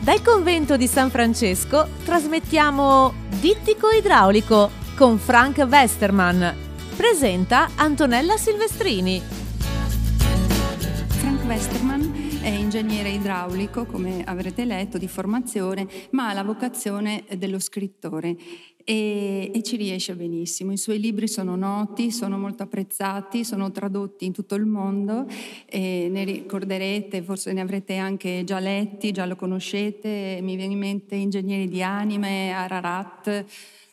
Dal convento di San Francesco trasmettiamo Dittico Idraulico con Frank Westerman. Presenta Antonella Silvestrini. Frank Westerman è ingegnere idraulico, come avrete letto, di formazione, ma ha la vocazione dello scrittore e ci riesce benissimo. I suoi libri sono noti, sono molto apprezzati, sono tradotti in tutto il mondo e ne ricorderete, forse ne avrete anche già letti, già lo conoscete. Mi viene in mente Ingegneri di anime, Ararat,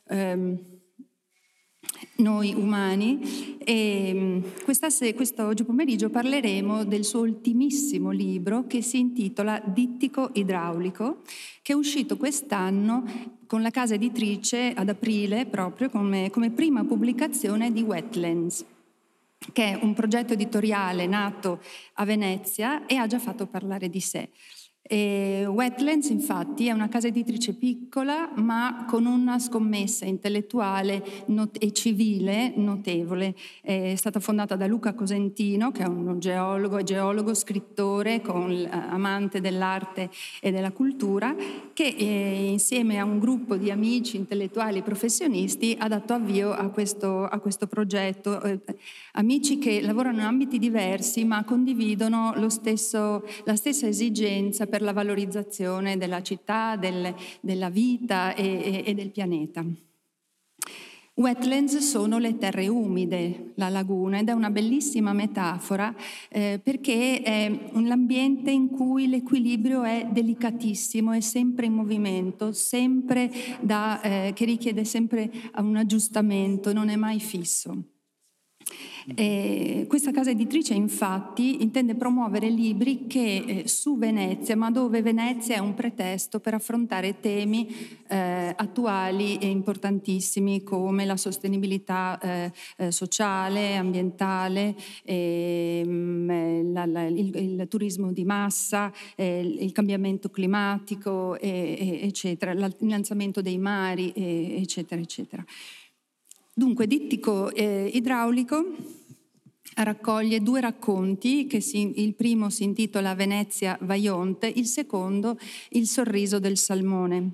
Noi umani. E oggi pomeriggio parleremo del suo ultimissimo libro che si intitola Dittico Idraulico, che è uscito quest'anno con la casa editrice ad aprile, proprio come prima pubblicazione di Wetlands, che è un progetto editoriale nato a Venezia e ha già fatto parlare di sé. Wetlands, infatti, è una casa editrice piccola ma con una scommessa intellettuale e civile notevole. È stata fondata da Luca Cosentino, che è un geologo, scrittore, amante dell'arte e della cultura, che insieme a un gruppo di amici intellettuali e professionisti ha dato avvio a questo progetto. Amici che lavorano in ambiti diversi ma condividono la stessa esigenza per la valorizzazione della città, della vita e del pianeta. Wetlands sono le terre umide, la laguna, ed è una bellissima metafora perché è l'ambiente in cui l'equilibrio è delicatissimo, è sempre in movimento, che richiede sempre un aggiustamento, non è mai fisso. Questa casa editrice infatti intende promuovere libri che su Venezia, ma dove Venezia è un pretesto per affrontare temi attuali e importantissimi come la sostenibilità sociale, ambientale, il turismo di massa, il cambiamento climatico, eccetera, l'innalzamento dei mari, eccetera, eccetera. Dunque, Dittico Idraulico raccoglie 2 racconti, il primo si intitola Venezia Vaionte, il secondo Il sorriso del salmone.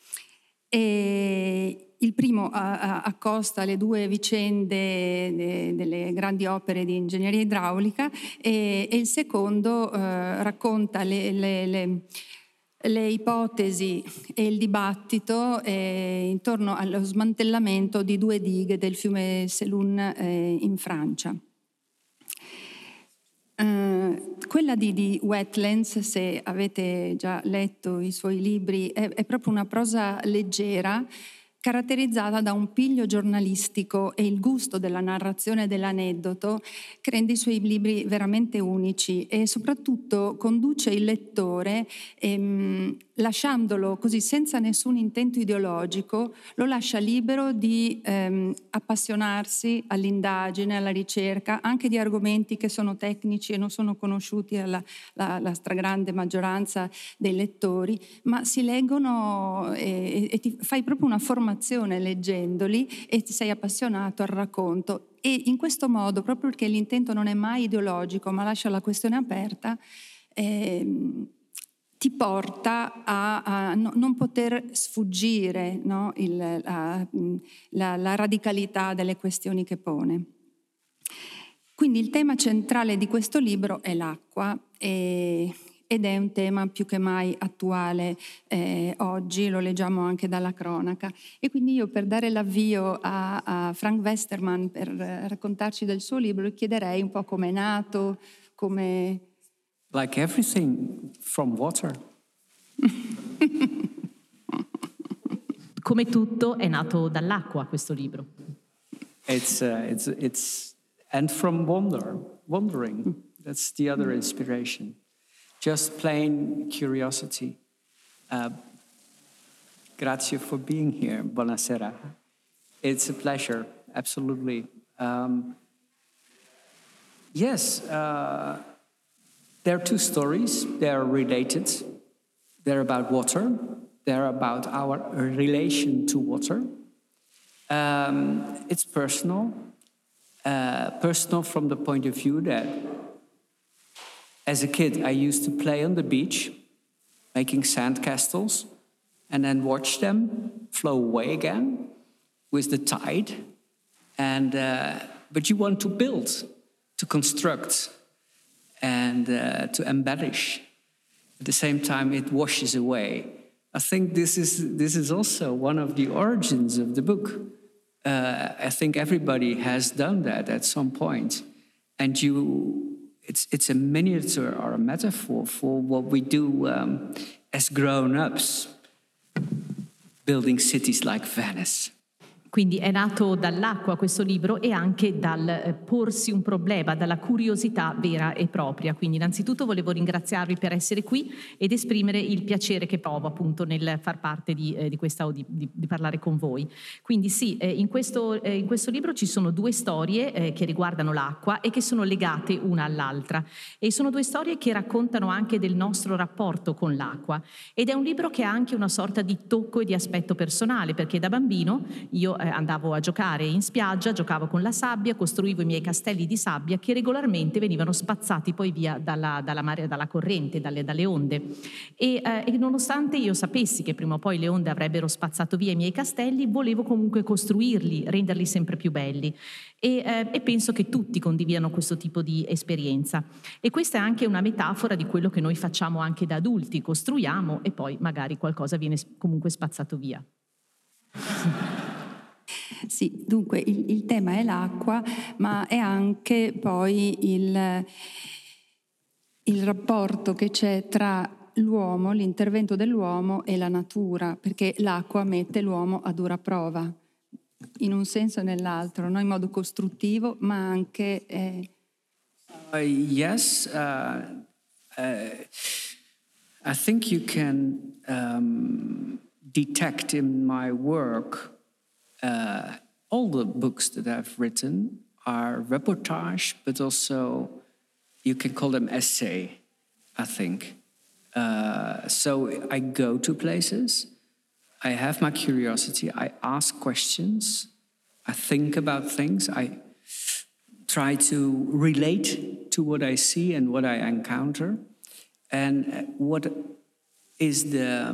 Il primo accosta le 2 vicende delle grandi opere di ingegneria idraulica e il secondo racconta le ipotesi e il dibattito intorno allo smantellamento di 2 dighe del fiume Sélune in Francia. Quella di Wetlands, se avete già letto i suoi libri, è proprio una prosa leggera, caratterizzata da un piglio giornalistico e il gusto della narrazione e dell'aneddoto che rende i suoi libri veramente unici e soprattutto conduce il lettore, lasciandolo così senza nessun intento ideologico, lo lascia libero di appassionarsi all'indagine, alla ricerca, anche di argomenti che sono tecnici e non sono conosciuti alla stragrande maggioranza dei lettori, ma si leggono e ti fai proprio una formazione leggendoli e ti sei appassionato al racconto. E in questo modo, proprio perché l'intento non è mai ideologico ma lascia la questione aperta, ti porta a non poter sfuggire, no? la radicalità delle questioni che pone. Quindi il tema centrale di questo libro è l'acqua ed è un tema più che mai attuale oggi, lo leggiamo anche dalla cronaca. E quindi io, per dare l'avvio a Frank Westerman per raccontarci del suo libro, chiederei un po' come è nato, come... Like everything from water. Come tutto è nato dall'acqua questo libro. It's and from wondering. That's the other inspiration. Just plain curiosity. Grazie for being here. Buonasera. It's a pleasure, absolutely. Yes, there are 2 stories. They are related. They're about water. They're about our relation to water. It's personal. Personal from the point of view that as a kid I used to play on the beach making sandcastles, and then watch them flow away again with the tide. And but you want to build, to construct, and to embellish. At the same time, it washes away. I think this is also one of the origins of the book. I think everybody has done that at some point, and it's a miniature or a metaphor for what we do as grown-ups, building cities like Venice. Quindi è nato dall'acqua questo libro e anche dal porsi un problema, dalla curiosità vera e propria. Quindi innanzitutto volevo ringraziarvi per essere qui ed esprimere il piacere che provo appunto nel far parte di parlare con voi. Quindi sì, in questo libro ci sono due storie che riguardano l'acqua e che sono legate una all'altra. E sono due storie che raccontano anche del nostro rapporto con l'acqua. Ed è un libro che ha anche una sorta di tocco e di aspetto personale, perché da bambino io andavo a giocare in spiaggia, giocavo con la sabbia, costruivo i miei castelli di sabbia che regolarmente venivano spazzati poi via dalla corrente, dalle onde. E nonostante io sapessi che prima o poi le onde avrebbero spazzato via i miei castelli, volevo comunque costruirli, renderli sempre più belli. E penso che tutti condividano questo tipo di esperienza. E questa è anche una metafora di quello che noi facciamo anche da adulti, costruiamo e poi magari qualcosa viene comunque spazzato via. Sì, dunque il tema è l'acqua, ma è anche poi il rapporto che c'è tra l'uomo, l'intervento dell'uomo e la natura, perché l'acqua mette l'uomo a dura prova, in un senso e nell'altro, non in modo costruttivo, ma anche... Yes, I think you can detect in my work all the books that I've written are reportage, but also you can call them essay, I think. So I go to places, I have my curiosity, I ask questions, I think about things, I try to relate to what I see and what I encounter. And what is the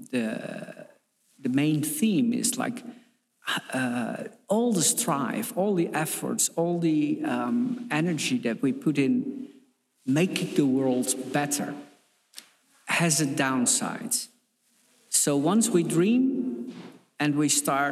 main theme is like all the strife, all the efforts, all the energy that we put in making the world better has a downside. So once we dream and we start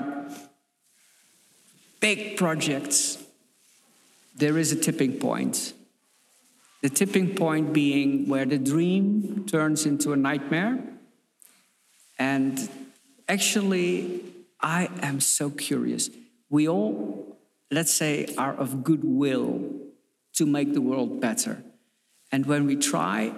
big projects, there is a tipping point. The tipping point being where the dream turns into a nightmare. And actually, I am so curious. We all, let's say, are of goodwill to make the world better. And when we try,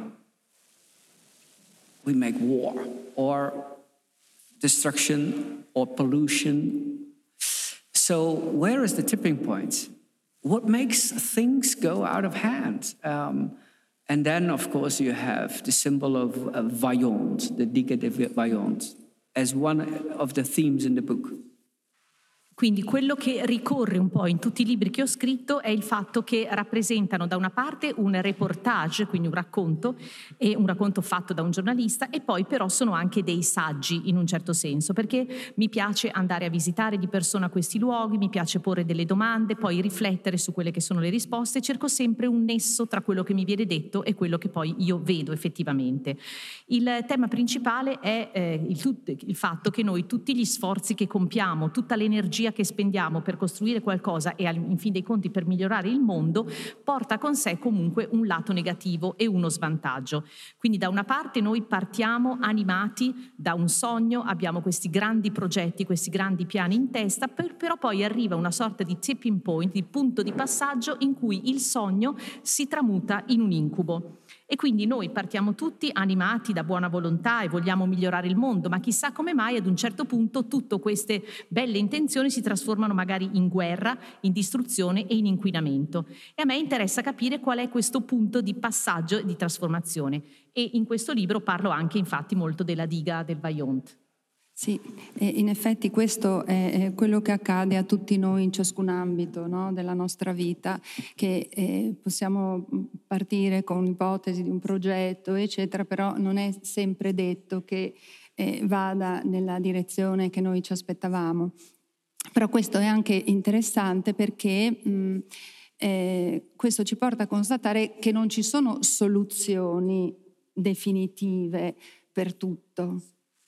we make war or destruction or pollution. So where is the tipping point? What makes things go out of hand? And then, of course, you have the symbol of Vaillant, the Digue de Vaillant, as one of the themes in the book. Quindi quello che ricorre un po' in tutti i libri che ho scritto è il fatto che rappresentano da una parte un reportage, quindi un racconto fatto da un giornalista, e poi però sono anche dei saggi in un certo senso, perché mi piace andare a visitare di persona questi luoghi, mi piace porre delle domande, poi riflettere su quelle che sono le risposte, cerco sempre un nesso tra quello che mi viene detto e quello che poi io vedo effettivamente. Il tema principale è il fatto che noi tutti gli sforzi che compiamo, tutta l'energia che spendiamo per costruire qualcosa e in fin dei conti per migliorare il mondo porta con sé comunque un lato negativo e uno svantaggio. Quindi da una parte noi partiamo animati da un sogno, abbiamo questi grandi progetti, questi grandi piani in testa, però poi arriva una sorta di tipping point, di punto di passaggio in cui il sogno si tramuta in un incubo. E quindi noi partiamo tutti animati da buona volontà e vogliamo migliorare il mondo, ma chissà come mai ad un certo punto tutte queste belle intenzioni si trasformano magari in guerra, in distruzione e in inquinamento. E a me interessa capire qual è questo punto di passaggio e di trasformazione. E in questo libro parlo anche infatti molto della diga del Vaillant. Sì, in effetti questo è quello che accade a tutti noi in ciascun ambito, no, della nostra vita, che possiamo partire con l'ipotesi di un progetto, eccetera, però non è sempre detto che vada nella direzione che noi ci aspettavamo. Però questo è anche interessante perché questo ci porta a constatare che non ci sono soluzioni definitive per tutto.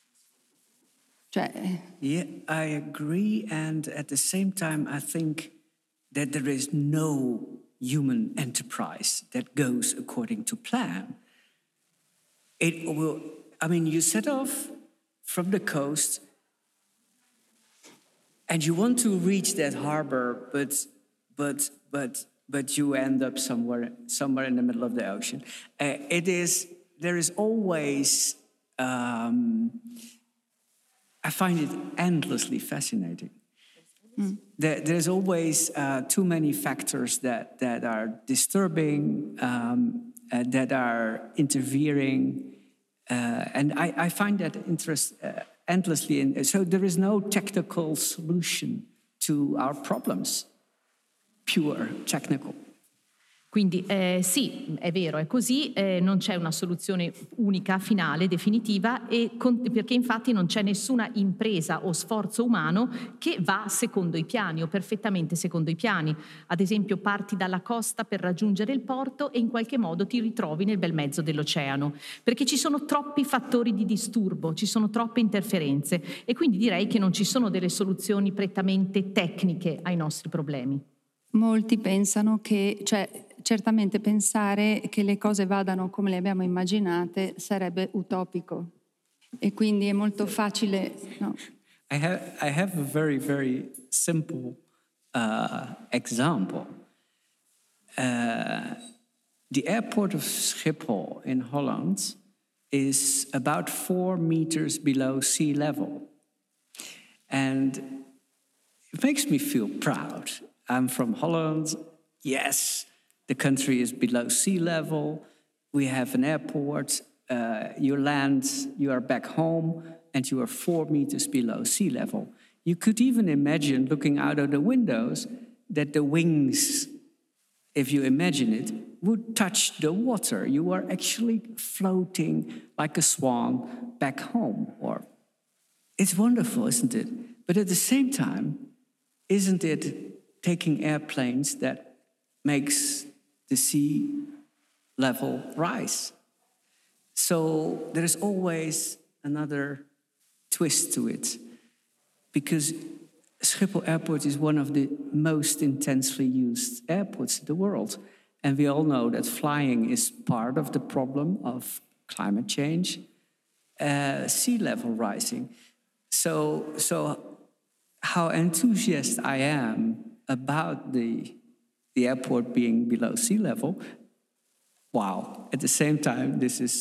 Yeah, I agree, and at the same time I think that there is no human enterprise that goes according to plan. It will, I mean, you set off from the coast and you want to reach that harbor, but you end up somewhere in the middle of the ocean. There is always, I find it endlessly fascinating. There's always too many factors that are disturbing, that are interfering, and I find that interest endlessly. So there is no technical solution to our problems, pure technical. Quindi sì, è vero, è così, non c'è una soluzione unica, finale, definitiva, perché infatti non c'è nessuna impresa o sforzo umano che va secondo i piani o perfettamente secondo i piani. Ad esempio parti dalla costa per raggiungere il porto e in qualche modo ti ritrovi nel bel mezzo dell'oceano, perché ci sono troppi fattori di disturbo, ci sono troppe interferenze e quindi direi che non ci sono delle soluzioni prettamente tecniche ai nostri problemi. Molti pensano che, certamente pensare che le cose vadano come le abbiamo immaginate sarebbe utopico e quindi è molto facile. No. I have a very, very simple example. The airport of Schiphol in Holland is about 4 meters below sea level. And it makes me feel proud. I'm from Holland. Yes, the country is below sea level. We have an airport. You land, you are back home, and you are 4 meters below sea level. You could even imagine looking out of the windows that the wings, if you imagine it, would touch the water. You are actually floating like a swan back home. Or it's wonderful, isn't it? But at the same time, isn't it taking airplanes that makes the sea level rise? So there is always another twist to it, because Schiphol Airport is one of the most intensely used airports in the world. And we all know that flying is part of the problem of climate change, sea level rising. So how enthusiastic I am about the airport being below sea level, wow. At the same time,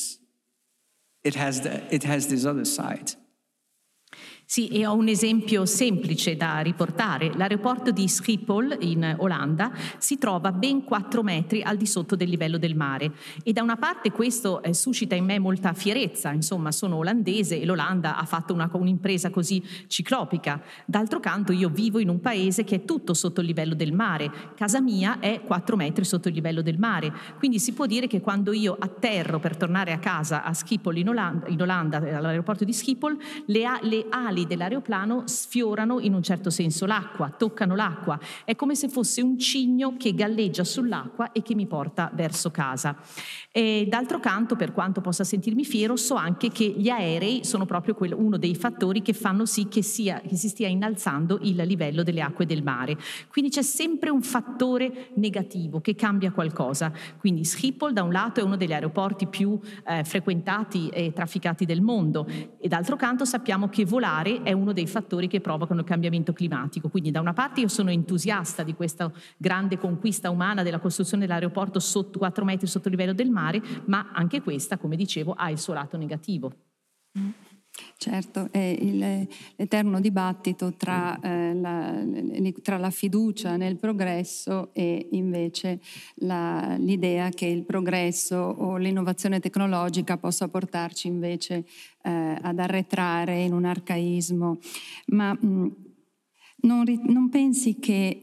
it has this other side. Sì, e ho un esempio semplice da riportare. L'aeroporto di Schiphol in Olanda si trova ben 4 metri al di sotto del livello del mare e da una parte questo suscita in me molta fierezza, insomma sono olandese e l'Olanda ha fatto un'impresa così ciclopica. D'altro canto io vivo in un paese che è tutto sotto il livello del mare, casa mia è 4 metri sotto il livello del mare, quindi si può dire che quando io atterro per tornare a casa a Schiphol in Olanda all'aeroporto di Schiphol, le ali dell'aeroplano sfiorano in un certo senso l'acqua, toccano l'acqua, è come se fosse un cigno che galleggia sull'acqua e che mi porta verso casa. E d'altro canto, per quanto possa sentirmi fiero, so anche che gli aerei sono proprio uno dei fattori che fanno sì che si stia innalzando il livello delle acque del mare, quindi c'è sempre un fattore negativo che cambia qualcosa. Quindi Schiphol da un lato è uno degli aeroporti più frequentati e trafficati del mondo e d'altro canto sappiamo che volare è uno dei fattori che provocano il cambiamento climatico. Quindi da una parte io sono entusiasta di questa grande conquista umana della costruzione dell'aeroporto 4 metri sotto il livello del mare, ma anche questa, come dicevo, ha il suo lato negativo. Certo, è l'eterno dibattito tra la fiducia nel progresso e invece l'idea che il progresso o l'innovazione tecnologica possa portarci invece ad arretrare in un arcaismo. Ma non pensi che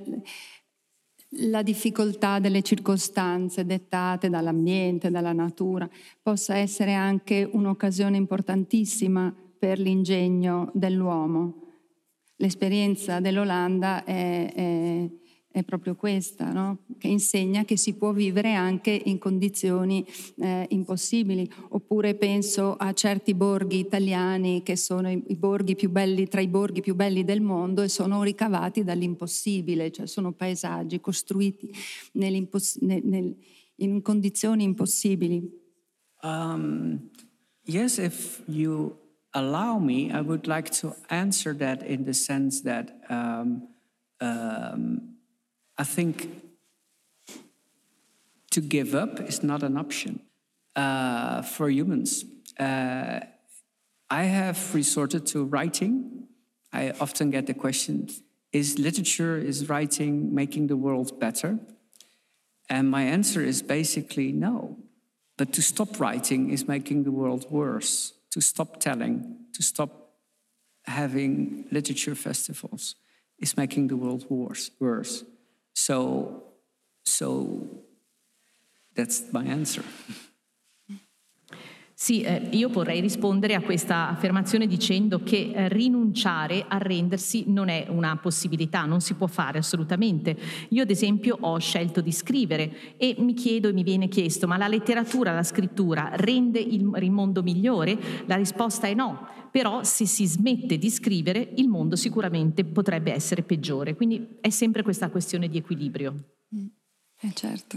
la difficoltà delle circostanze dettate dall'ambiente, dalla natura, possa essere anche un'occasione importantissima per l'ingegno dell'uomo? L'esperienza dell'Olanda è proprio questa, no? Che insegna che si può vivere anche in condizioni impossibili. Oppure penso a certi borghi italiani che sono i borghi più belli, tra i borghi più belli del mondo, e sono ricavati dall'impossibile, cioè sono paesaggi costruiti in condizioni impossibili. Yes, if you allow me, I would like to answer that in the sense that I think to give up is not an option for humans. I have resorted to writing. I often get the question, is literature, is writing making the world better? And my answer is basically no. But to stop writing is making the world worse. To stop telling, to stop having literature festivals is making the world worse. So that's my answer. Sì, io vorrei rispondere a questa affermazione dicendo che rinunciare, arrendersi non è una possibilità, non si può fare assolutamente. Io ad esempio ho scelto di scrivere e mi chiedo e mi viene chiesto: ma la letteratura, la scrittura rende il mondo migliore? La risposta è no, però se si smette di scrivere il mondo sicuramente potrebbe essere peggiore, quindi è sempre questa questione di equilibrio. Certo.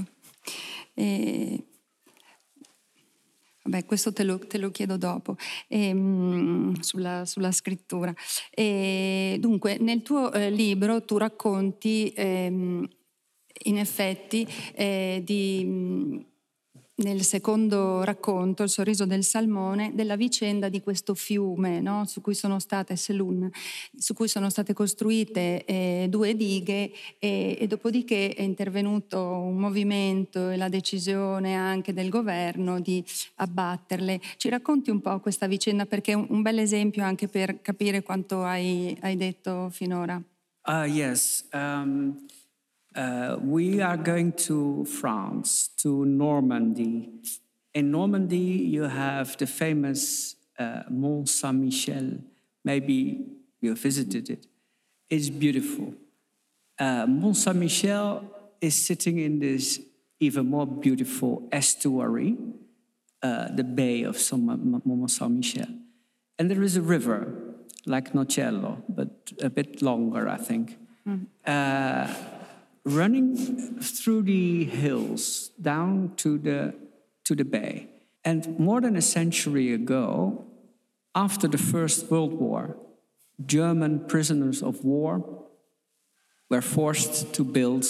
Vabbè, questo te lo chiedo dopo, sulla scrittura. Dunque, nel tuo libro tu racconti in effetti nel secondo racconto, Il sorriso del salmone, della vicenda di questo fiume, no? Su cui sono state costruite 2 dighe e dopodiché è intervenuto un movimento e la decisione anche del governo di abbatterle. Ci racconti un po' questa vicenda, perché è un bel esempio anche per capire quanto hai detto finora. Yes. We are going to France, to Normandy. In Normandy, you have the famous Mont Saint-Michel. Maybe you visited it. It's beautiful. Mont Saint-Michel is sitting in this even more beautiful estuary, the bay of Mont Saint-Michel. And there is a river, like Nocello, but a bit longer, I think. Running through the hills down to the bay. And more than a century ago, after the First World War, German prisoners of war were forced to build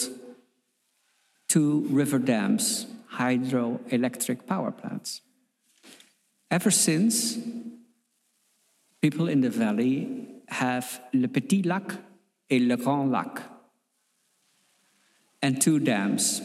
2 river dams, hydroelectric power plants. Ever since, people in the valley have Le Petit Lac et Le Grand Lac, and 2 dams.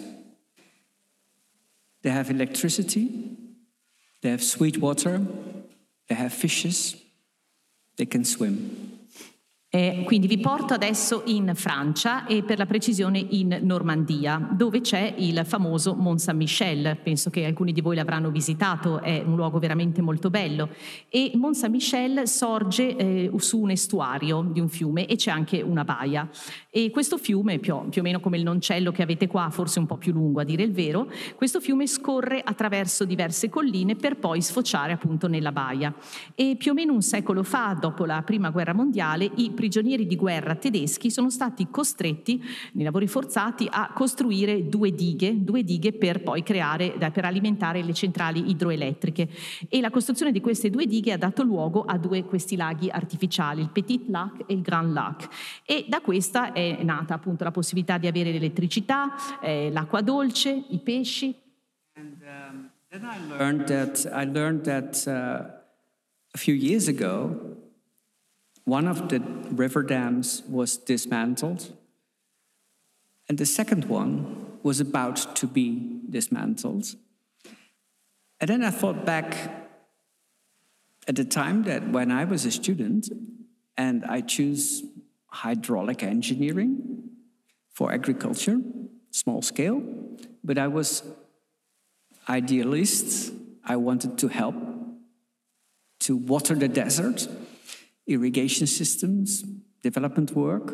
They have electricity, they have sweet water, they have fishes, they can swim. Quindi vi porto adesso in Francia e per la precisione in Normandia, dove c'è il famoso Mont Saint-Michel. Penso che alcuni di voi l'avranno visitato, è un luogo veramente molto bello. E Mont Saint-Michel sorge su un estuario di un fiume e c'è anche una baia. E questo fiume, più o meno come il Noncello che avete qua, forse un po' più lungo a dire il vero, questo fiume scorre attraverso diverse colline per poi sfociare appunto nella baia. E più o meno un secolo fa, dopo la Prima Guerra Mondiale, i prigionieri di guerra tedeschi sono stati costretti, nei lavori forzati, a costruire 2 dighe per poi per alimentare le centrali idroelettriche. E la costruzione di queste 2 dighe ha dato luogo a questi laghi artificiali, il Petit Lac e il Grand Lac. E da questa è nata appunto la possibilità di avere l'elettricità, l'acqua dolce, i pesci. And then I learned that a few years ago, one of the river dams was dismantled, and the second one was about to be dismantled. And then I thought back at the time that when I was a student and I chose hydraulic engineering for agriculture, small scale, but I was idealist. I wanted to help to water the desert, irrigation systems, development work,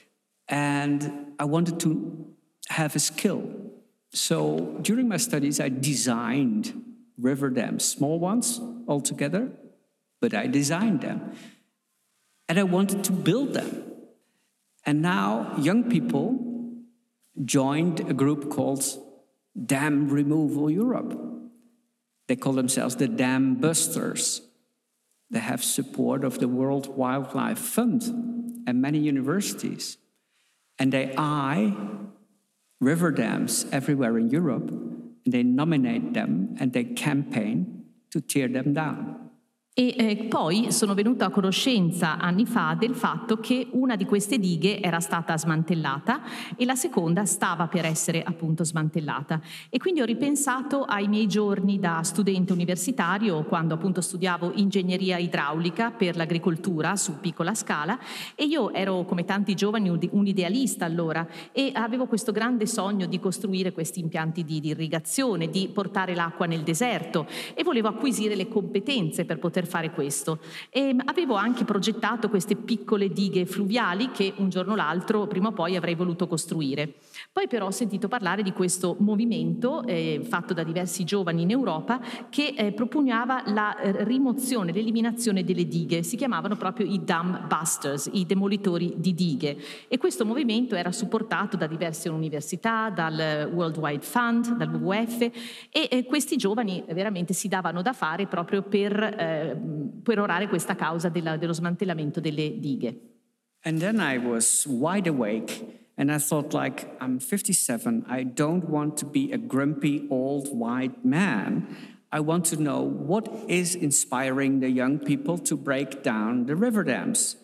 and I wanted to have a skill. So during my studies, I designed river dams, small ones altogether, but I designed them. And I wanted to build them. And now young people joined a group called Dam Removal Europe. They call themselves the Dam Busters. They have support of the World Wildlife Fund and many universities. And they eye river dams everywhere in Europe, and they nominate them and they campaign to tear them down. E poi sono venuta a conoscenza anni fa del fatto che una di queste dighe era stata smantellata e la seconda stava per essere appunto smantellata. E quindi ho ripensato ai miei giorni da studente universitario, quando appunto studiavo ingegneria idraulica per l'agricoltura su piccola scala, e io ero, come tanti giovani, un idealista allora, e avevo questo grande sogno di costruire questi impianti di irrigazione, di portare l'acqua nel deserto, e volevo acquisire le competenze per poter fare questo. E avevo anche progettato queste piccole dighe fluviali che un giorno o l'altro, prima o poi, avrei voluto costruire. Poi però ho sentito parlare di questo movimento fatto da diversi giovani in Europa che propugnava la rimozione, l'eliminazione delle dighe. Si chiamavano proprio i Dam Busters, i demolitori di dighe. E questo movimento era supportato da diverse università, dal World Wide Fund, dal WWF, e questi giovani veramente si davano da fare proprio per perorare questa causa dello smantellamento delle dighe. And then I was wide awake and I thought, like, I'm 57, I don't want to be a grumpy old white man. I want to know what is inspiring the young people to break down the river dams.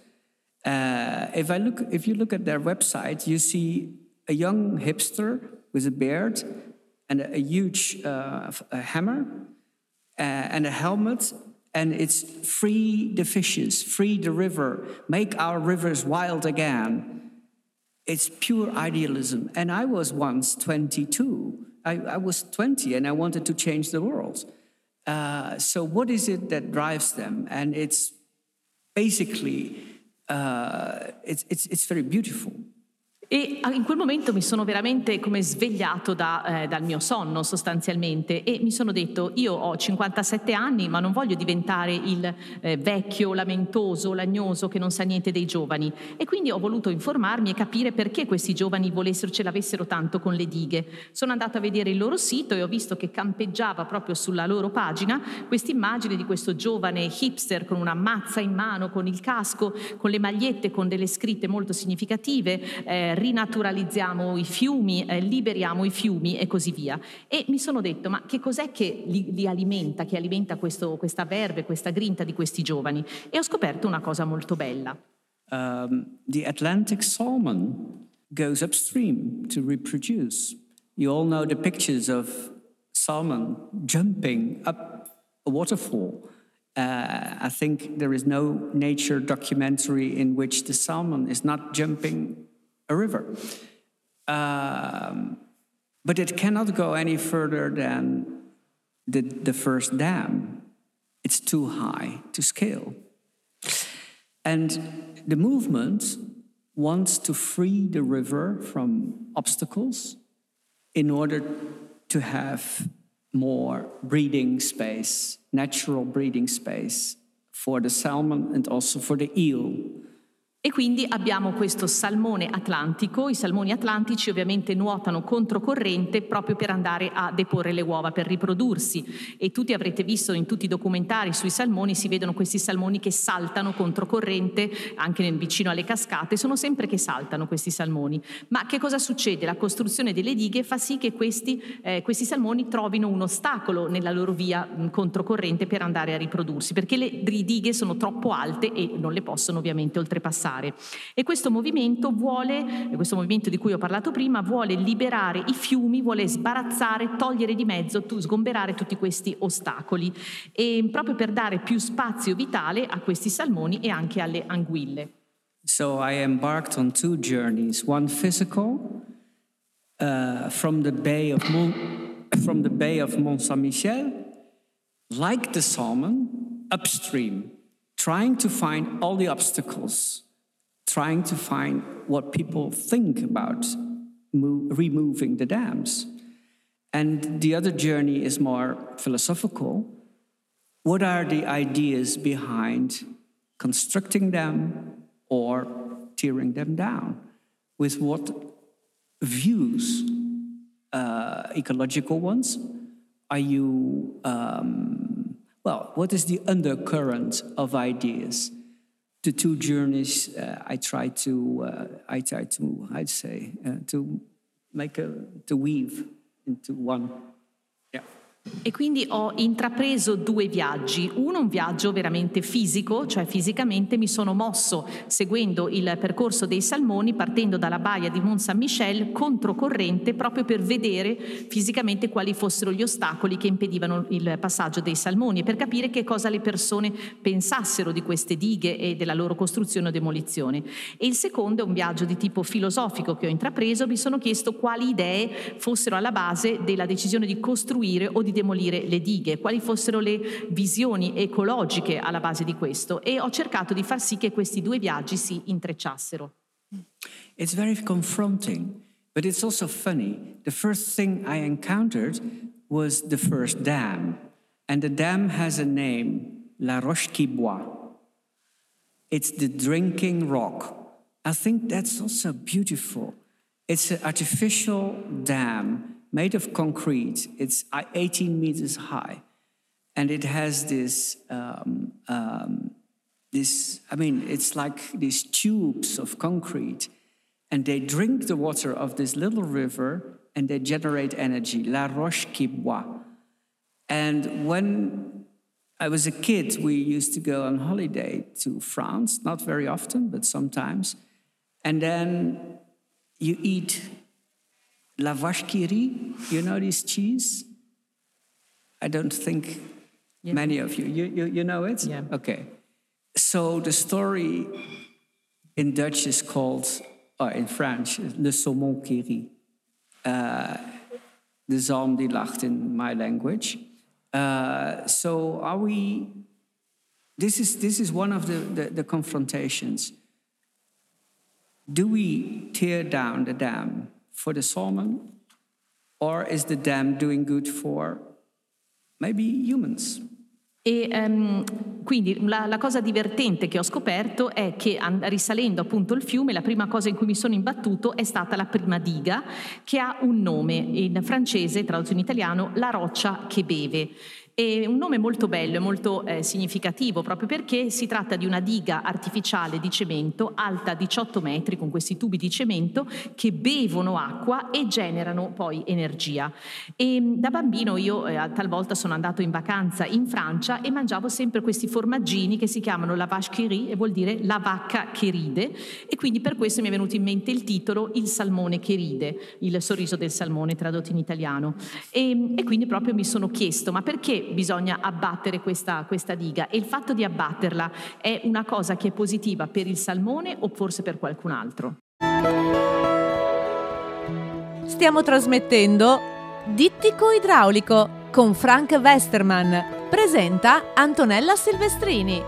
If you look at their website, you see a young hipster with a beard and a huge a hammer and a helmet. And it's free the fishes, free the river, make our rivers wild again. It's pure idealism. And I was once 22. I was 20 and I wanted to change the world. So what is it that drives them? And it's basically, it's very beautiful. E in quel momento mi sono veramente come svegliato dal mio sonno sostanzialmente e mi sono detto: io ho 57 anni ma non voglio diventare il vecchio, lamentoso, lagnoso che non sa niente dei giovani, e quindi ho voluto informarmi e capire perché questi giovani ce l'avessero tanto con le dighe. Sono andata a vedere il loro sito e ho visto che campeggiava proprio sulla loro pagina questa immagine di questo giovane hipster con una mazza in mano, con il casco, con le magliette con delle scritte molto significative, rinaturalizziamo i fiumi, liberiamo i fiumi e così via. E mi sono detto: ma che cos'è che li alimenta, che alimenta questa verve, questa grinta di questi giovani? E ho scoperto una cosa molto bella. The Atlantic salmon goes upstream to reproduce. You all know the pictures of salmon jumping up a waterfall. I think there is no nature documentary in which the salmon is not jumping a river. But it cannot go any further than the first dam. It's too high to scale. And the movement wants to free the river from obstacles in order to have more breeding space, natural breeding space for the salmon and also for the eel. E quindi abbiamo questo salmone atlantico. I salmoni atlantici ovviamente nuotano controcorrente proprio per andare a deporre le uova, per riprodursi. E tutti avrete visto in tutti i documentari sui salmoni, si vedono questi salmoni che saltano controcorrente anche vicino alle cascate, sono sempre che saltano questi salmoni. Ma che cosa succede? La costruzione delle dighe fa sì che questi salmoni trovino un ostacolo nella loro via controcorrente per andare a riprodursi, perché le dighe sono troppo alte e non le possono ovviamente oltrepassare. E questo movimento di cui ho parlato prima, vuole liberare i fiumi, vuole sbarazzare, togliere di mezzo, sgomberare tutti questi ostacoli, e proprio per dare più spazio vitale a questi salmoni e anche alle anguille. So I embarked on 2 journeys, one physical from the Bay of Mont Saint-Michel, like the salmon, upstream, trying to find all the obstacles, trying to find what people think about removing the dams. And the other journey is more philosophical. What are the ideas behind constructing them or tearing them down? With what views, ecological ones, are you, what is the undercurrent of ideas? The 2 journeys I try to weave into one. Yeah. E quindi ho intrapreso 2 viaggi, un viaggio veramente fisico, cioè fisicamente mi sono mosso seguendo il percorso dei salmoni, partendo dalla baia di Mont Saint-Michel controcorrente, proprio per vedere fisicamente quali fossero gli ostacoli che impedivano il passaggio dei salmoni e per capire che cosa le persone pensassero di queste dighe e della loro costruzione o demolizione. E il secondo è un viaggio di tipo filosofico che ho intrapreso, mi sono chiesto quali idee fossero alla base della decisione di costruire o di demolire le dighe, quali fossero le visioni ecologiche alla base di questo, e ho cercato di far sì che questi 2 viaggi si intrecciassero. It's very confronting, but it's also funny. The first thing I encountered was the first dam, and the dam has a name, La Roche-qui-Boit. It's the drinking rock. I think that's also beautiful. It's an artificial dam made of concrete. It's 18 meters high. And it has it's like these tubes of concrete. And they drink the water of this little river and they generate energy, La Roche-qui-Boit. And when I was a kid, we used to go on holiday to France, not very often, but sometimes. And then you eat La Vache qui rit, you know this cheese? I don't think many of you know it? Yeah. Okay. So the story in Dutch is called, or in French, Le Saumon qui rit. The zalm die lacht in my language. So are we, this is one of the confrontations. Do we tear down the dam for the salmon, or is the dam doing good for maybe humans? E quindi la cosa divertente che ho scoperto è che risalendo appunto il fiume, la prima cosa in cui mi sono imbattuto è stata la prima diga, che ha un nome in francese, tradotto in italiano, La roccia che beve. È un nome molto bello e molto significativo, proprio perché si tratta di una diga artificiale di cemento alta 18 metri con questi tubi di cemento che bevono acqua e generano poi energia. E da bambino io talvolta sono andato in vacanza in Francia e mangiavo sempre questi formaggini che si chiamano la vache qui rit, e vuol dire la vacca che ride, e quindi per questo mi è venuto in mente il titolo Il salmone che ride, il sorriso del salmone tradotto in italiano. E quindi proprio mi sono chiesto, ma perché bisogna abbattere questa diga? E il fatto di abbatterla è una cosa che è positiva per il salmone o forse per qualcun altro? Stiamo trasmettendo Dittico Idraulico con Frank Westerman. Presenta Antonella Silvestrini.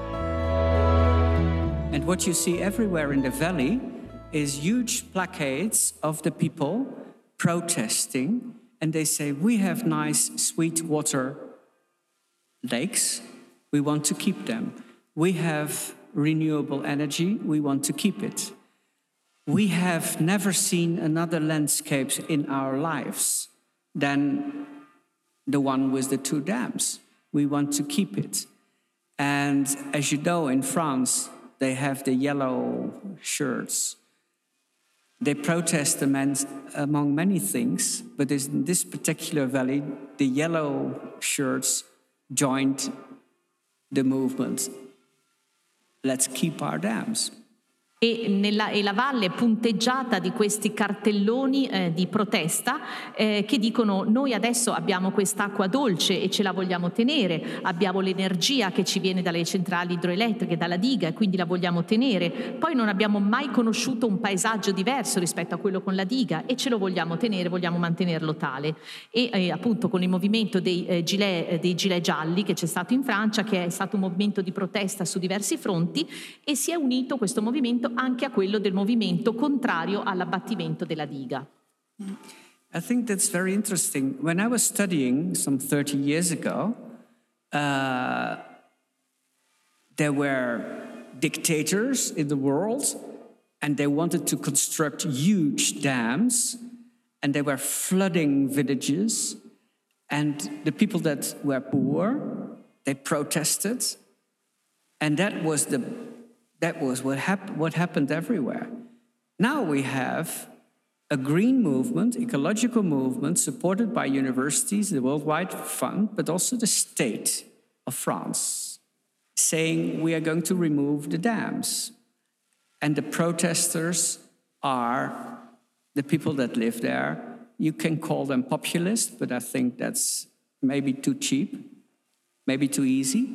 And what you see everywhere in the valley is huge placards of the people protesting, and they say, we have nice sweet water lakes, we want to keep them. We have renewable energy, we want to keep it. We have never seen another landscape in our lives than the one with the 2 dams. We want to keep it. And as you know, in France, they have the yellow shirts. They protest among many things, but in this particular valley, the yellow shirts joined the movement. Let's keep our dams. E la valle è punteggiata di questi cartelloni di protesta che dicono: noi adesso abbiamo quest'acqua dolce e ce la vogliamo tenere, abbiamo l'energia che ci viene dalle centrali idroelettriche, dalla diga, e quindi la vogliamo tenere. Poi non abbiamo mai conosciuto un paesaggio diverso rispetto a quello con la diga e ce lo vogliamo tenere, vogliamo mantenerlo tale. E appunto con il movimento dei gilet gialli che c'è stato in Francia, che è stato un movimento di protesta su diversi fronti, e si è unito questo movimento anche a quello del movimento contrario all'abbattimento della diga. I think that's very interesting. When I was studying some 30 years ago, there were dictators in the world and they wanted to construct huge dams and they were flooding villages, and the people that were poor, they protested, and that was what happened everywhere. Now we have a green movement, ecological movement, supported by universities, the World Wide Fund, but also the state of France, saying we are going to remove the dams. And the protesters are the people that live there. You can call them populist, but I think that's maybe too cheap, maybe too easy.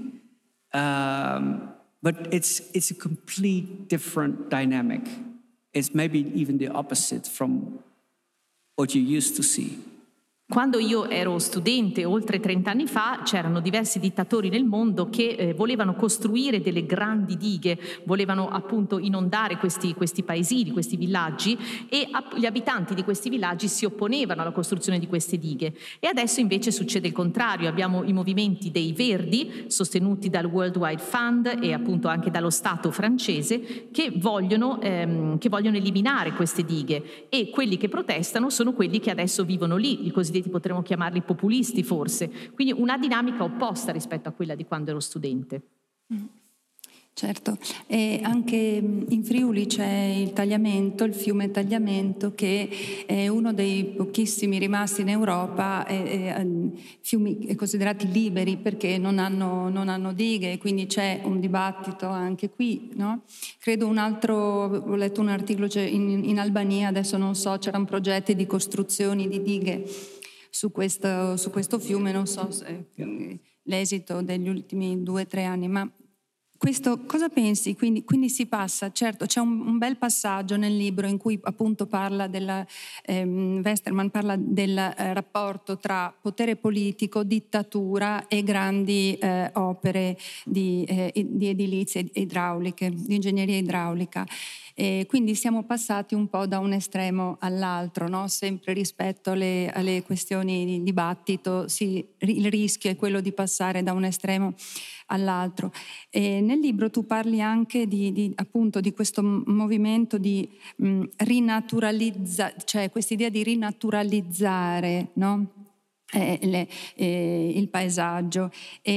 But it's a complete different dynamic. It's maybe even the opposite from what you used to see. Quando io ero studente, oltre 30 anni fa, c'erano diversi dittatori nel mondo che volevano costruire delle grandi dighe, volevano appunto inondare questi paesini, questi villaggi, e gli abitanti di questi villaggi si opponevano alla costruzione di queste dighe. E adesso invece succede il contrario, abbiamo i movimenti dei Verdi, sostenuti dal World Wide Fund e appunto anche dallo Stato francese, che vogliono eliminare queste dighe, e quelli che protestano sono quelli che adesso vivono lì, i cosiddetti potremmo chiamarli populisti forse, quindi una dinamica opposta rispetto a quella di quando ero studente. Certo, e anche in Friuli c'è il Tagliamento, il fiume Tagliamento, che è uno dei pochissimi rimasti in Europa, fiumi considerati liberi perché non hanno dighe, quindi c'è un dibattito anche qui, no? Credo ho letto un articolo in Albania, adesso non so, c'erano progetti di costruzioni di dighe su questo fiume, non so se l'esito degli ultimi 2 o 3 anni, ma questo cosa pensi? Quindi si passa, certo, c'è un bel passaggio nel libro in cui appunto parla Westermann parla del rapporto tra potere politico, dittatura e grandi opere di edilizia idrauliche, di ingegneria idraulica. E quindi siamo passati un po' da un estremo all'altro, no? Sempre rispetto alle questioni di dibattito, il rischio è quello di passare da un estremo all'altro. E nel libro tu parli anche appunto di questo movimento di cioè quest'idea di rinaturalizzare, no? Il paesaggio,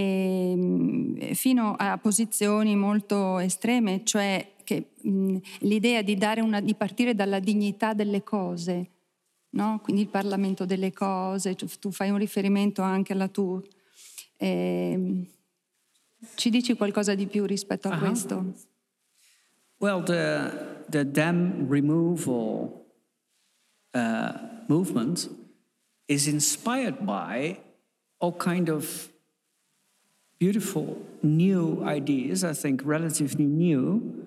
fino a posizioni molto estreme, cioè che l'idea di partire dalla dignità delle cose, no? Quindi il Parlamento delle cose, tu fai un riferimento anche alla Tour. Ci dici qualcosa di più rispetto a questo? Well, the dam removal movement is inspired by all kind of beautiful new ideas, I think relatively new,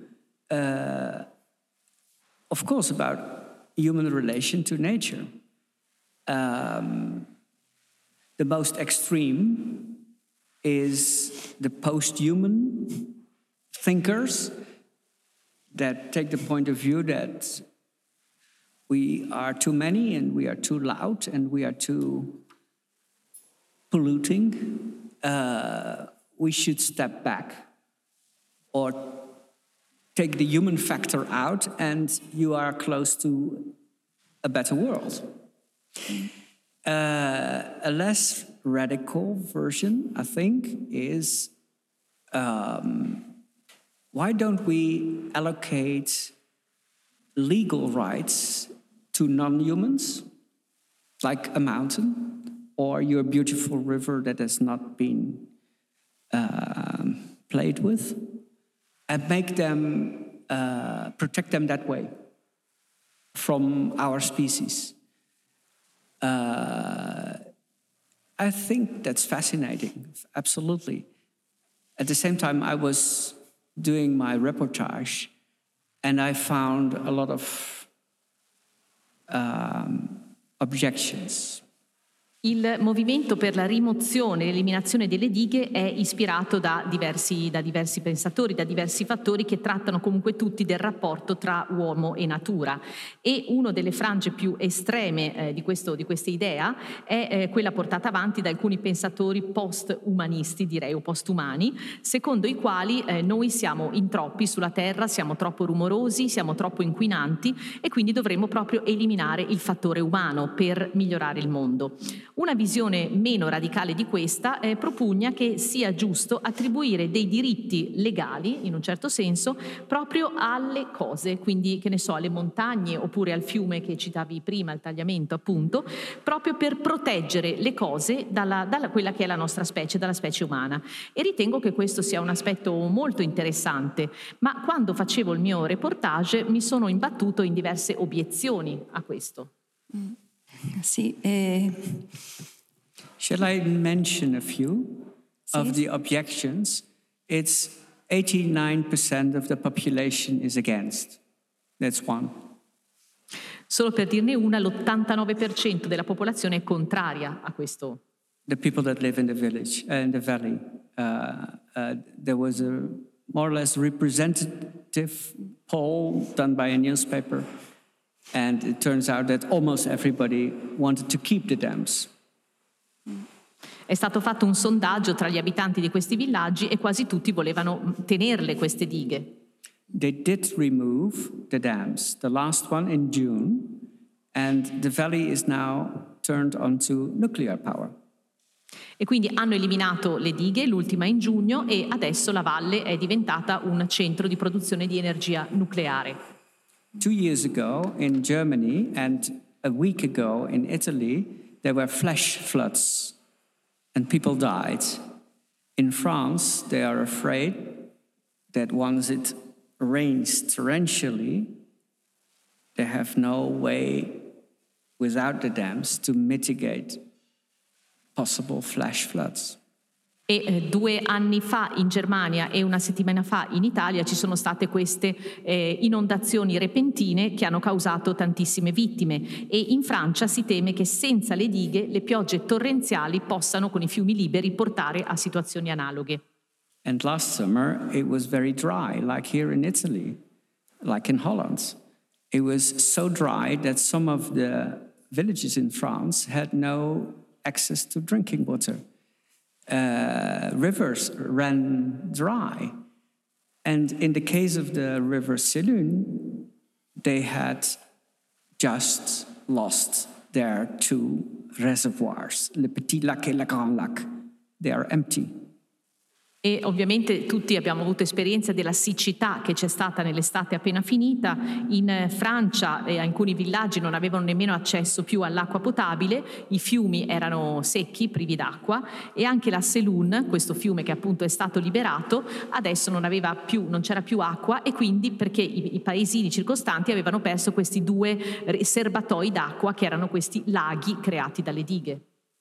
of course, about human relation to nature. The most extreme is the post-human thinkers that take the point of view that we are too many and we are too loud and we are too polluting. We should step back or take the human factor out and you are close to a better world. A less radical version, I think, is why don't we allocate legal rights to non-humans, like a mountain or your beautiful river that has not been played with, and make them, protect them that way from our species. I think that's fascinating, absolutely. At the same time, I was doing my reportage and I found a lot of objections. Il movimento per la rimozione e l'eliminazione delle dighe è ispirato da diversi pensatori, da diversi fattori che trattano comunque tutti del rapporto tra uomo e natura. E una delle frange più estreme di questa idea è quella portata avanti da alcuni pensatori post-umanisti, direi, o postumani, secondo i quali noi siamo in troppi sulla Terra, siamo troppo rumorosi, siamo troppo inquinanti e quindi dovremmo proprio eliminare il fattore umano per migliorare il mondo. Una visione meno radicale di questa propugna che sia giusto attribuire dei diritti legali, in un certo senso, proprio alle cose, quindi che ne so, alle montagne oppure al fiume che citavi prima, il tagliamento appunto, proprio per proteggere le cose dalla quella che è la nostra specie, dalla specie umana. E ritengo che questo sia un aspetto molto interessante, ma quando facevo il mio reportage mi sono imbattuto in diverse obiezioni a questo. Sì. Shall I mention a few of the objections? It's 89% of the population is against. That's one. Solo per dirne una, l'89% della popolazione è contraria a questo. The people that live in the village, in the valley. There was a more or less representative poll done by a newspaper. And it turns out that almost everybody wanted to keep the dams. È stato fatto un sondaggio tra gli abitanti di questi villaggi e quasi tutti volevano tenerle queste dighe. They did remove the dams, the last one in June, and the valley is now turned onto nuclear power. E quindi hanno eliminato le dighe, l'ultima in giugno, e adesso la valle è diventata un centro di produzione di energia nucleare. 2 years ago in Germany and a week ago in Italy, there were flash floods and people died. In France, they are afraid that once it rains torrentially, they have no way without the dams to mitigate possible flash floods. E 2 anni fa in Germania e una settimana fa in Italia ci sono state queste inondazioni repentine che hanno causato tantissime vittime, e in Francia si teme che senza le dighe le piogge torrenziali possano, con i fiumi liberi, portare a situazioni analoghe. And last summer it was very dry, like here in Italy, like in Holland. It was so dry that some of the villages in France had no access to drinking water. Rivers ran dry. And in the case of the river Sélune, they had just lost their 2 reservoirs, le Petit Lac et le Grand Lac. They are empty. E ovviamente tutti abbiamo avuto esperienza della siccità che c'è stata nell'estate appena finita. In Francia alcuni villaggi non avevano nemmeno accesso più all'acqua potabile, i fiumi erano secchi, privi d'acqua, e anche la Sélune, questo fiume che appunto è stato liberato, adesso non c'era più acqua, e quindi perché i paesini circostanti avevano perso questi 2 serbatoi d'acqua che erano questi laghi creati dalle dighe.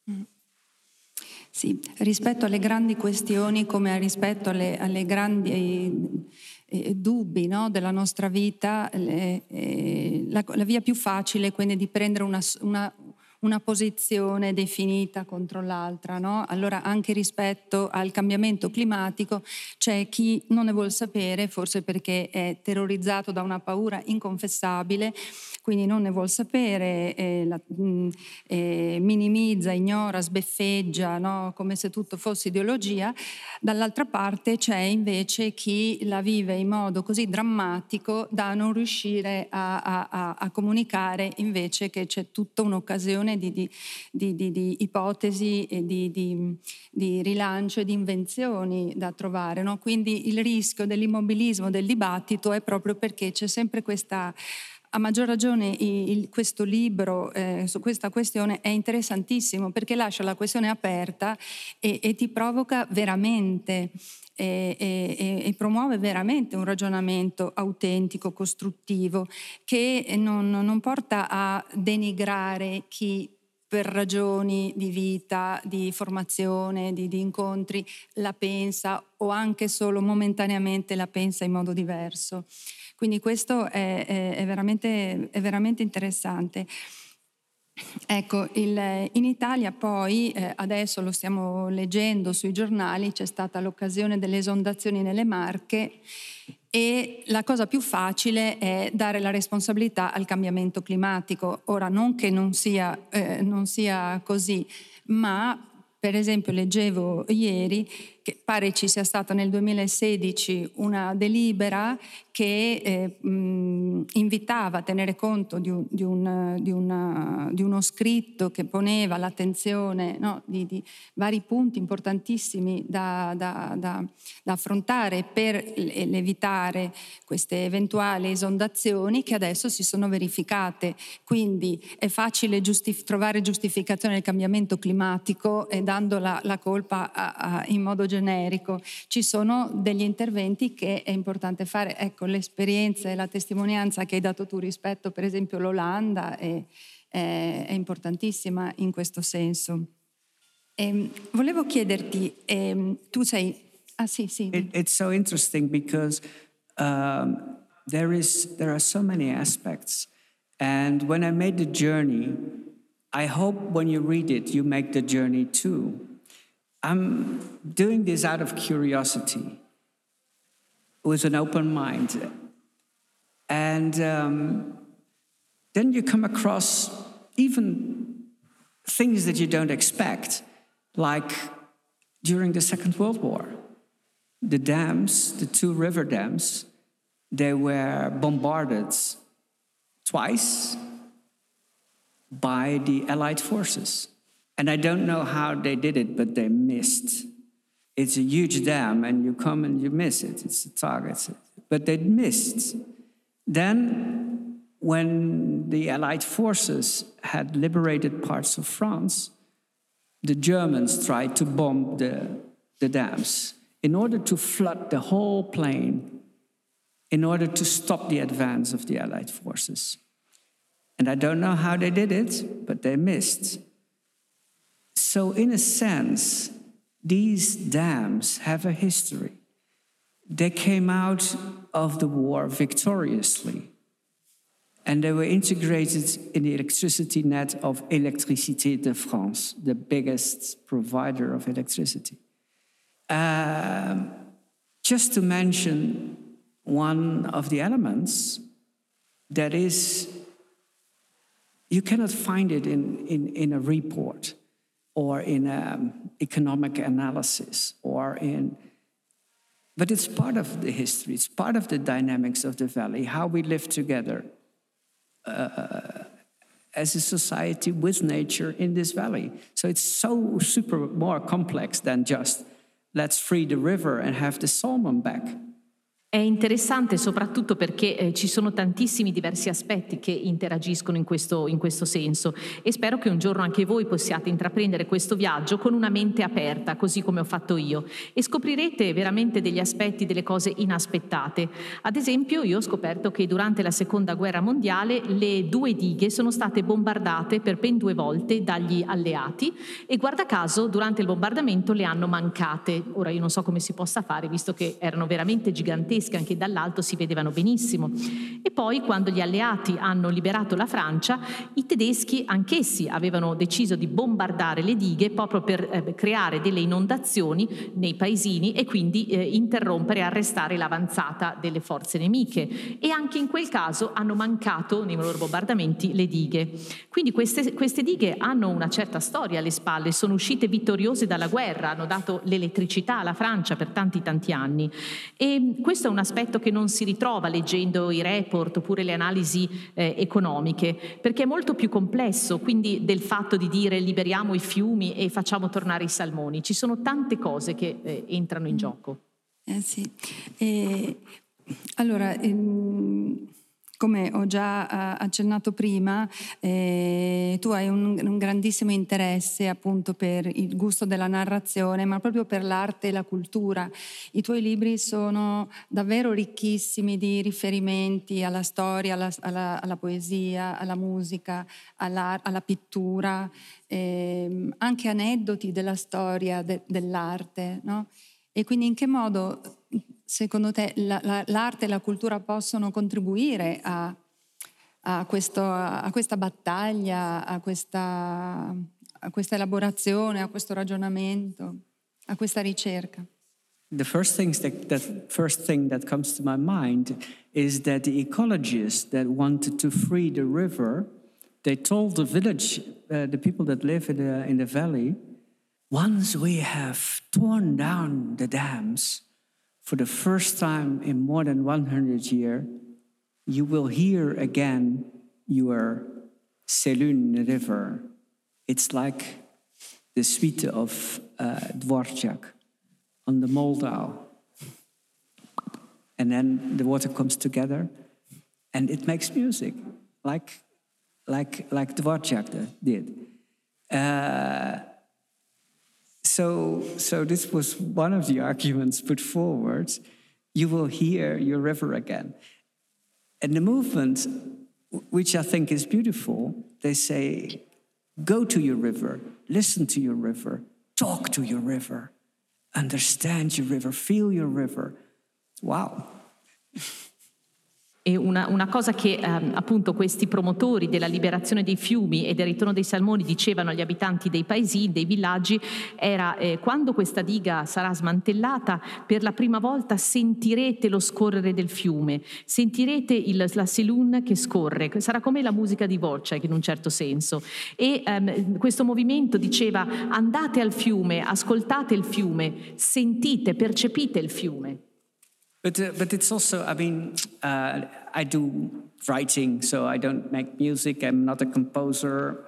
Sì, rispetto alle grandi questioni, come rispetto alle grandi dubbi, no, della nostra vita, la via più facile è quindi di prendere una una posizione definita contro l'altra, no? Allora anche rispetto al cambiamento climatico c'è chi non ne vuol sapere, forse perché è terrorizzato da una paura inconfessabile, quindi non ne vuol sapere, minimizza, ignora, sbeffeggia, no? Come se tutto fosse ideologia. Dall'altra parte c'è invece chi la vive in modo così drammatico da non riuscire a comunicare invece che c'è tutta un'occasione di ipotesi e di rilancio e di invenzioni da trovare, no? Quindi il rischio dell'immobilismo del dibattito è proprio perché c'è sempre questa. A maggior ragione questo libro su questa questione è interessantissimo perché lascia la questione aperta e ti provoca veramente e promuove veramente un ragionamento autentico, costruttivo, che non porta a denigrare chi per ragioni di vita, di formazione, di incontri la pensa o anche solo momentaneamente la pensa in modo diverso. Quindi questo è veramente interessante. Ecco, in Italia poi, adesso lo stiamo leggendo sui giornali, c'è stata l'occasione delle esondazioni nelle Marche e la cosa più facile è dare la responsabilità al cambiamento climatico. Ora, non che non sia così, ma per esempio leggevo ieri che pare ci sia stata nel 2016 una delibera che invitava a tenere conto di uno scritto che poneva l'attenzione, no, di vari punti importantissimi da affrontare per evitare queste eventuali esondazioni che adesso si sono verificate. Quindi è facile trovare giustificazione del cambiamento climatico e dando la colpa in modo generico. Ci sono degli interventi che è importante fare. Ecco, l'esperienza e la testimonianza che hai dato tu rispetto per esempio l'Olanda è importantissima in questo senso. Volevo chiederti, tu sei... Ah sì. It's so interesting because there are so many aspects, and when I made the journey, I hope when you read it you make the journey too. I'm doing this out of curiosity, with an open mind. And then you come across even things that you don't expect, like during the Second World War. The dams, the two river dams, they were bombarded twice by the Allied forces. And I don't know how they did it, but they missed. It's a huge dam, and you come and you miss it. It's a target. But they missed. Then, when the Allied forces had liberated parts of France, the Germans tried to bomb the dams in order to flood the whole plain, in order to stop the advance of the Allied forces. And I don't know how they did it, but they missed. So in a sense, these dams have a history. They came out of the war victoriously, and they were integrated in the electricity net of Électricité de France, the biggest provider of electricity. Just to mention one of the elements that is, you cannot find it in a report or in economic analysis but it's part of the history, it's part of the dynamics of the valley, how we live together as a society with nature in this valley. So it's so super more complex than just let's free the river and have the salmon back. È interessante soprattutto perché ci sono tantissimi diversi aspetti che interagiscono in questo senso, e spero che un giorno anche voi possiate intraprendere questo viaggio con una mente aperta, così come ho fatto io, e scoprirete veramente degli aspetti, delle cose inaspettate. Ad esempio, io ho scoperto che durante la Seconda Guerra Mondiale le 2 dighe sono state bombardate per ben 2 volte dagli alleati e guarda caso durante il bombardamento le hanno mancate. Ora io non so come si possa fare, visto che erano veramente gigantesche tedesche, anche dall'alto si vedevano benissimo. E poi quando gli alleati hanno liberato la Francia, i tedeschi anch'essi avevano deciso di bombardare le dighe proprio per creare delle inondazioni nei paesini e quindi interrompere e arrestare l'avanzata delle forze nemiche, e anche in quel caso hanno mancato nei loro bombardamenti le dighe. Quindi queste dighe hanno una certa storia alle spalle, sono uscite vittoriose dalla guerra, hanno dato l'elettricità alla Francia per tanti anni, e questo è un aspetto che non si ritrova leggendo i report oppure le analisi economiche, perché è molto più complesso, quindi del fatto di dire liberiamo i fiumi e facciamo tornare i salmoni. Ci sono tante cose che entrano in gioco. Sì. Allora, come ho già accennato prima, tu hai un grandissimo interesse appunto per il gusto della narrazione, ma proprio per l'arte e la cultura. I tuoi libri sono davvero ricchissimi di riferimenti alla storia, alla poesia, alla musica, alla pittura, anche aneddoti della storia dell'arte, no? E quindi in che modo, secondo te, l'arte e la cultura possono contribuire a questa battaglia, a questa elaborazione, a questo ragionamento, a questa ricerca? The first thing that comes to my mind is that the ecologists that wanted to free the river, they told the village, the people that live in the valley, once we have torn down the dams for the first time in more than 100 years, you will hear again your Selun River. It's like the suite of Dvorak on the Moldau. And then the water comes together and it makes music, like Dvorak did. So this was one of the arguments put forward. You will hear your river again. And the movement, which I think is beautiful, they say, go to your river, listen to your river, talk to your river, understand your river, feel your river. Wow. E una cosa che appunto questi promotori della liberazione dei fiumi e del ritorno dei salmoni dicevano agli abitanti dei paesini, dei villaggi, era quando questa diga sarà smantellata, per la prima volta sentirete lo scorrere del fiume, sentirete la Selun che scorre, sarà come la musica di Dvorak in un certo senso. E questo movimento diceva: andate al fiume, ascoltate il fiume, sentite, percepite il fiume. But it's also, I mean, I do writing, so I don't make music. I'm not a composer.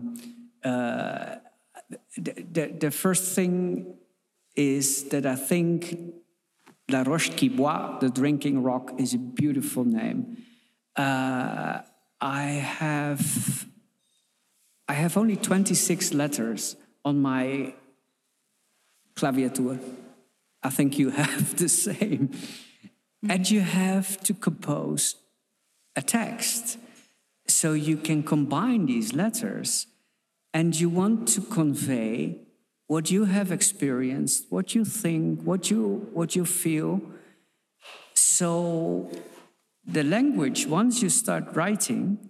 The first thing is that I think La Roche qui boit, the drinking rock, is a beautiful name. I have only 26 letters on my claviature. I think you have the same. And you have to compose a text. So you can combine these letters and you want to convey what you have experienced, what you think, what you feel. So the language, once you start writing,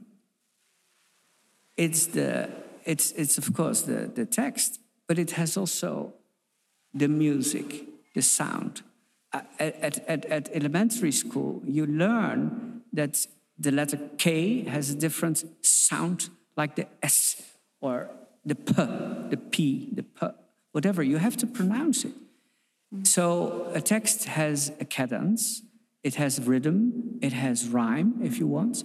it's of course the text, but it has also the music, the sound. At elementary school, you learn that the letter K has a different sound, like the S or the P, the P, the P, whatever. You have to pronounce it. So a text has a cadence, it has rhythm, it has rhyme, if you want.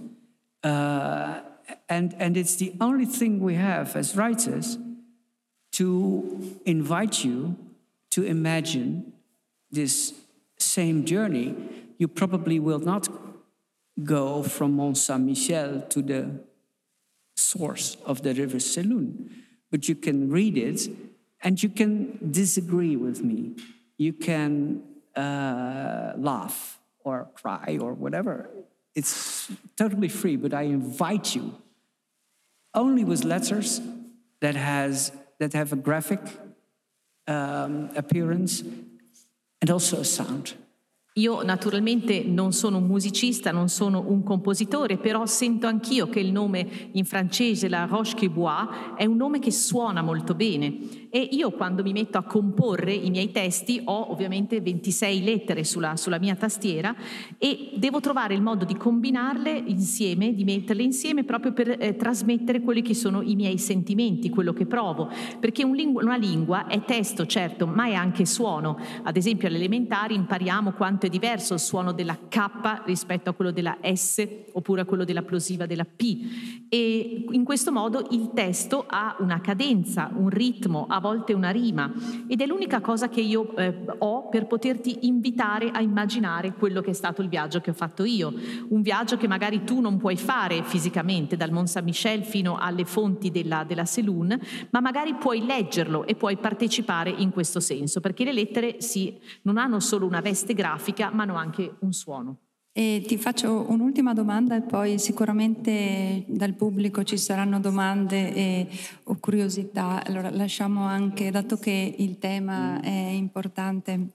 And it's the only thing we have as writers to invite you to imagine this same journey. You probably will not go from Mont Saint-Michel to the source of the river Selun, but you can read it and you can disagree with me. You can laugh or cry or whatever. It's totally free, but I invite you only with letters that have a graphic appearance and also a sound. Io naturalmente non sono un musicista, non sono un compositore, però sento anch'io che il nome in francese, la Roche-qui-Boit, è un nome che suona molto bene. E io quando mi metto a comporre i miei testi ho ovviamente 26 lettere sulla mia tastiera e devo trovare il modo di combinarle insieme, di metterle insieme proprio per trasmettere quelli che sono i miei sentimenti, quello che provo. Perché una lingua è testo, certo, ma è anche suono. Ad esempio alle elementari impariamo quanto è diverso il suono della K rispetto a quello della S oppure a quello della plosiva della P. E in questo modo il testo ha una cadenza, un ritmo, a volte una rima, ed è l'unica cosa che io ho per poterti invitare a immaginare quello che è stato il viaggio che ho fatto io, un viaggio che magari tu non puoi fare fisicamente dal Mont Saint-Michel fino alle fonti della Sélune, ma magari puoi leggerlo e puoi partecipare in questo senso, perché le lettere non hanno solo una veste grafica ma hanno anche un suono. E ti faccio un'ultima domanda e poi sicuramente dal pubblico ci saranno domande o curiosità. Allora lasciamo anche, dato che il tema è importante,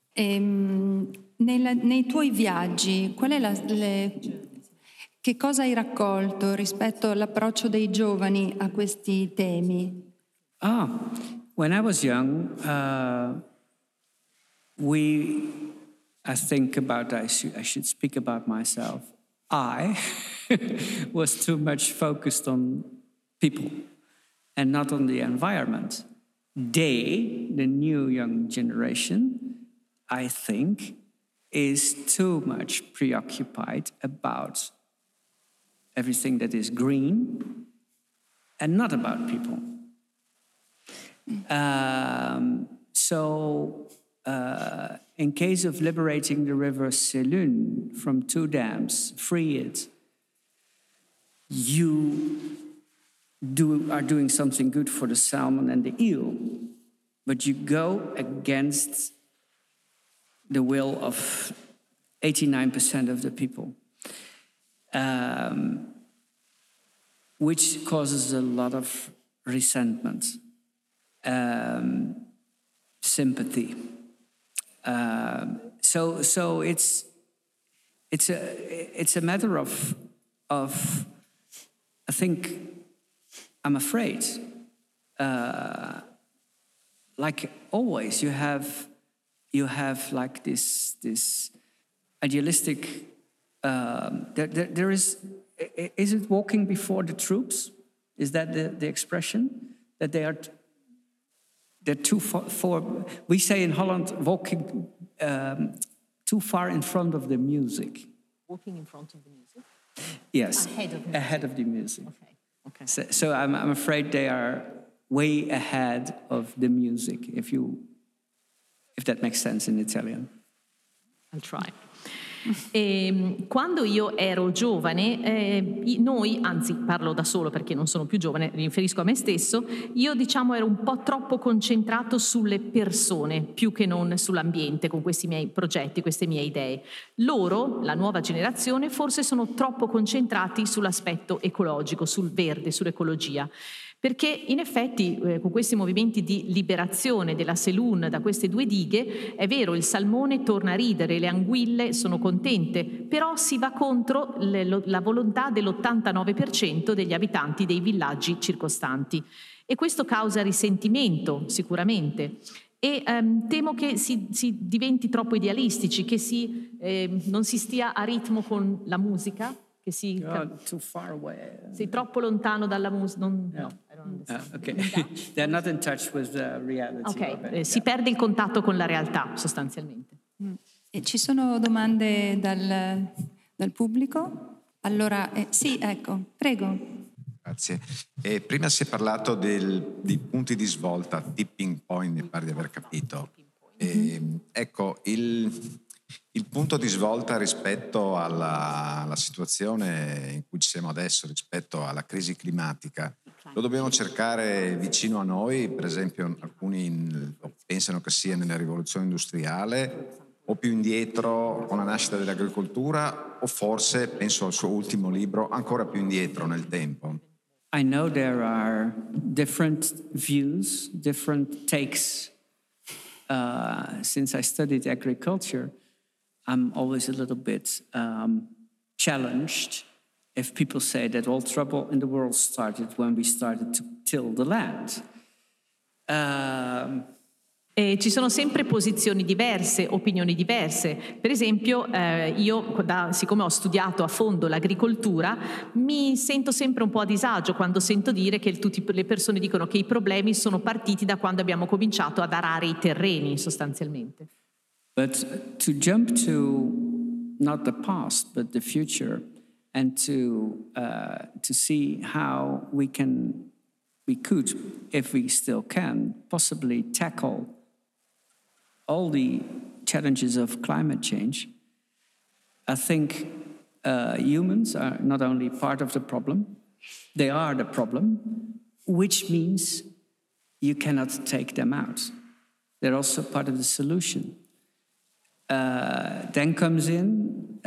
nei tuoi viaggi qual è che cosa hai raccolto rispetto all'approccio dei giovani a questi temi? When I was young, I think about, I should speak about myself. I was too much focused on people and not on the environment. They, the new young generation, I think, is too much preoccupied about everything that is green and not about people. In case of liberating the river Sélune from 2 dams, free it, you are doing something good for the salmon and the eel, but you go against the will of 89% of the people, which causes a lot of resentment, sympathy. So it's a matter of I think I'm afraid. Like always, you have like this idealistic. There is it walking before the troops? Is that the expression that they're too far? We say in Holland, walking too far in front of the music. Walking in front of the music? Yes, ahead of the music. Okay. So I'm afraid they are way ahead of the music, if that makes sense in Italian. I'll try. Quando io ero giovane, noi, anzi parlo da solo perché non sono più giovane, mi riferisco a me stesso, io ero un po' troppo concentrato sulle persone più che non sull'ambiente con questi miei progetti, queste mie idee. Loro, la nuova generazione, forse sono troppo concentrati sull'aspetto ecologico, sul verde, sull'ecologia. Perché in effetti con questi movimenti di liberazione della Sélune da queste 2 dighe, è vero, il salmone torna a ridere, le anguille sono contente, però si va contro la volontà dell'89% degli abitanti dei villaggi circostanti. E questo causa risentimento sicuramente. E temo che si diventi troppo idealistici, che non si stia a ritmo con la musica, che too far away. Sei troppo lontano dalla musica. Okay. They're not in touch with the reality. Ok, si perde il contatto con la realtà sostanzialmente. E ci sono domande dal pubblico? Allora, sì, ecco, prego. Grazie. Prima si è parlato di punti di svolta, tipping point, mi pare di aver capito. Ecco, il punto di svolta rispetto alla situazione in cui ci siamo adesso, rispetto alla crisi climatica, lo dobbiamo cercare vicino a noi. Per esempio, alcuni pensano che sia nella rivoluzione industriale, o più indietro con la nascita dell'agricoltura, o forse, penso al suo ultimo libro, ancora più indietro nel tempo. I know there are different views, different takes. Since I studied agriculture, I'm always a little bit challenged if people say that all trouble in the world started when we started to till the land. E ci sono sempre posizioni diverse, opinioni diverse. Per esempio, io, siccome ho studiato a fondo l'agricoltura, mi sento sempre un po' a disagio quando sento dire che tutte le persone dicono che i problemi sono partiti da quando abbiamo cominciato ad arare i terreni, sostanzialmente. But to jump to not the past, but the future, and to see how we could, if we still can, possibly tackle all the challenges of climate change, I think humans are not only part of the problem, they are the problem, which means you cannot take them out. They're also part of the solution. Then comes in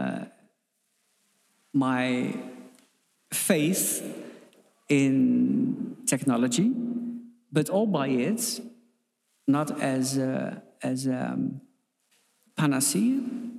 my faith in technology, but all by it, not as a panacea,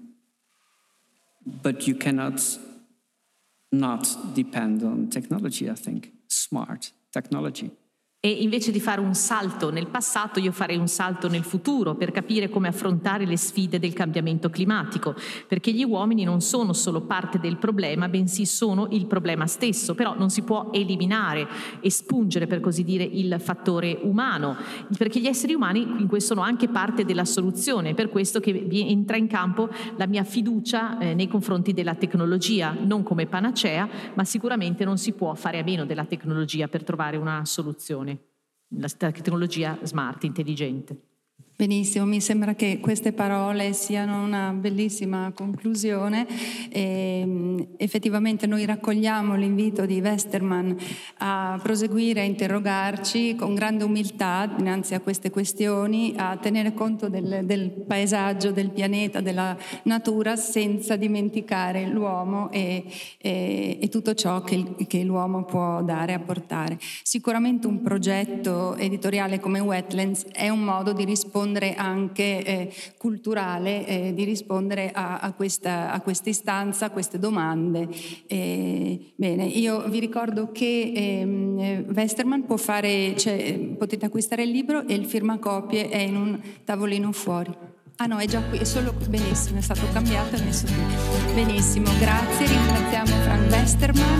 but you cannot not depend on technology, I think, smart technology. E invece di fare un salto nel passato, io farei un salto nel futuro per capire come affrontare le sfide del cambiamento climatico, perché gli uomini non sono solo parte del problema, bensì sono il problema stesso, però non si può eliminare, espungere per così dire il fattore umano, perché gli esseri umani in questo sono anche parte della soluzione, per questo che entra in campo la mia fiducia nei confronti della tecnologia, non come panacea, ma sicuramente non si può fare a meno della tecnologia per trovare una soluzione. La tecnologia smart, intelligente. Benissimo, mi sembra che queste parole siano una bellissima conclusione. Effettivamente noi raccogliamo l'invito di Westermann a proseguire a interrogarci con grande umiltà dinanzi a queste questioni, a tenere conto del paesaggio, del pianeta, della natura, senza dimenticare l'uomo e tutto ciò che l'uomo può dare e apportare. Sicuramente un progetto editoriale come Wetlands è un modo di rispondere anche culturale, di rispondere a questa istanza, a queste domande. Bene, io vi ricordo che Westermann può fare, potete acquistare il libro e il firmacopie è in un tavolino fuori. Ah no, è già qui, è solo qui. Benissimo, è stato cambiato e messo qui. Benissimo, grazie, ringraziamo Frank Westermann.